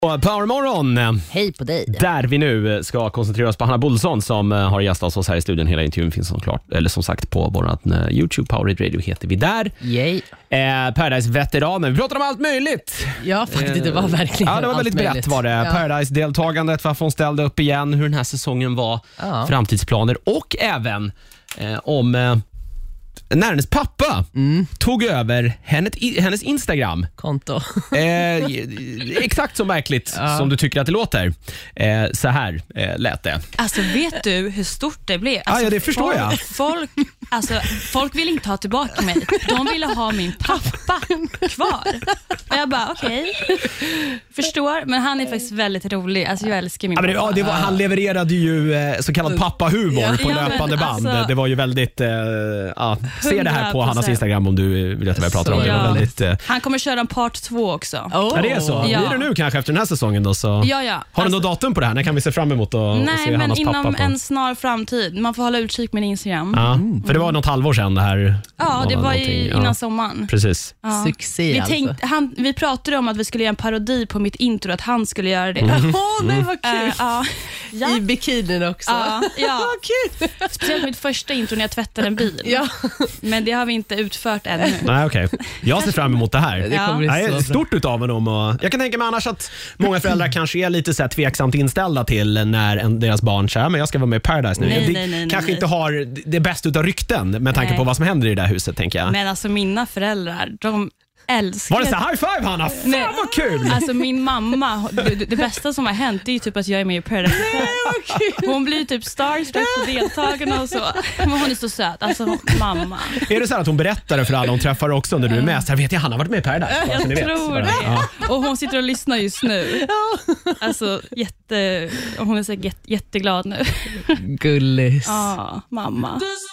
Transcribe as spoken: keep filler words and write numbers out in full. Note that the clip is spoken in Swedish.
Powermorgon. Hej på dig. Där vi nu ska koncentrera oss på Hanna Bolsson som har gästat oss här i studion. Hela intervjun finns som klart, eller som sagt på vår YouTube, Power Radio heter vi där. Yay. Eh, Paradise-veteranen. Vi pratar om allt möjligt. Ja, faktiskt. Det var verkligen Ja, det var väldigt allt brett möjligt. var det. Ja. Paradise-deltagandet, varför hon ställde upp igen, hur den här säsongen var, Ja. framtidsplaner och även eh, om... Eh, när hennes pappa mm. tog över hennes, hennes Instagram. Konto. Eh, exakt så märkligt ja. som du tycker att det låter. Eh, så här eh, lät det. Alltså vet du hur stort det blev? Alltså, ah, ja, det förstår folk, jag. Folk, alltså, folk vill inte ha tillbaka mig. De ville ha min pappa kvar. Och jag bara, okej. Okay. Förstår, men han är faktiskt väldigt rolig. Alltså jag älskar min ja, men det, pappa. ja, det var, han levererade ju eh, så kallad pappahumor ja, på ja, löpande band. Alltså, det var ju väldigt... Eh, ja, se det här på Hannas Instagram om du vill veta vad jag pratar om. Det var väldigt, eh... Han kommer köra en part två också. Oh. Ja, det är så. Ja. Blir det nu kanske efter den här säsongen då? Så... Ja, ja. Har du alltså... något datum på det här? När kan vi se fram emot att Nej, se Hannas pappa? Nej, men inom på? en snar framtid. Man får hålla utkik med Instagram. Ja, mm. För det var något halvår sedan det här. Ja, det var, var ju innan ja. sommaren. Precis. Ja. Succé vi, alltså. tänkte, han, vi pratade om att vi skulle göra en parodi på mitt intro, att han skulle göra det. Åh, mm. oh, nej vad kul. Uh, uh, ja. I bikinin också. Uh, ja. Vad kul. Speciellt mitt första intro när jag tvättade en bil. Ja. Men det har vi inte utfört ännu. Nej, okej. Okay. Jag ser fram emot det här. Det kommer ja. Det är stort utav honom. Och jag kan tänka mig annars att många föräldrar kanske är lite så här tveksamt inställda till när en, deras barn säger men jag ska vara med i Paradise nu. Nej, det nej, nej, kanske nej. inte har det bästa utav rykten med tanke nej. på vad som händer i det här huset, tänker jag. Men alltså mina föräldrar, de älskar... Var det så här, high five Hanna? Fan men, vad kul! Alltså min mamma, det, det bästa som har hänt är ju typ att jag är med i Paradise. Hon blir typ starstruck på deltagarna och så. Men hon är så söt, alltså mamma. Är det så här att hon berättar det för alla hon träffar också när du är med? Så här, vet jag, Hanna har varit med i Paradise. Jag ni tror vet. det. Ja. Och hon sitter och lyssnar just nu. Alltså jätte... Hon är säkert jätte, jätteglad nu. Gullis. Ja, mamma.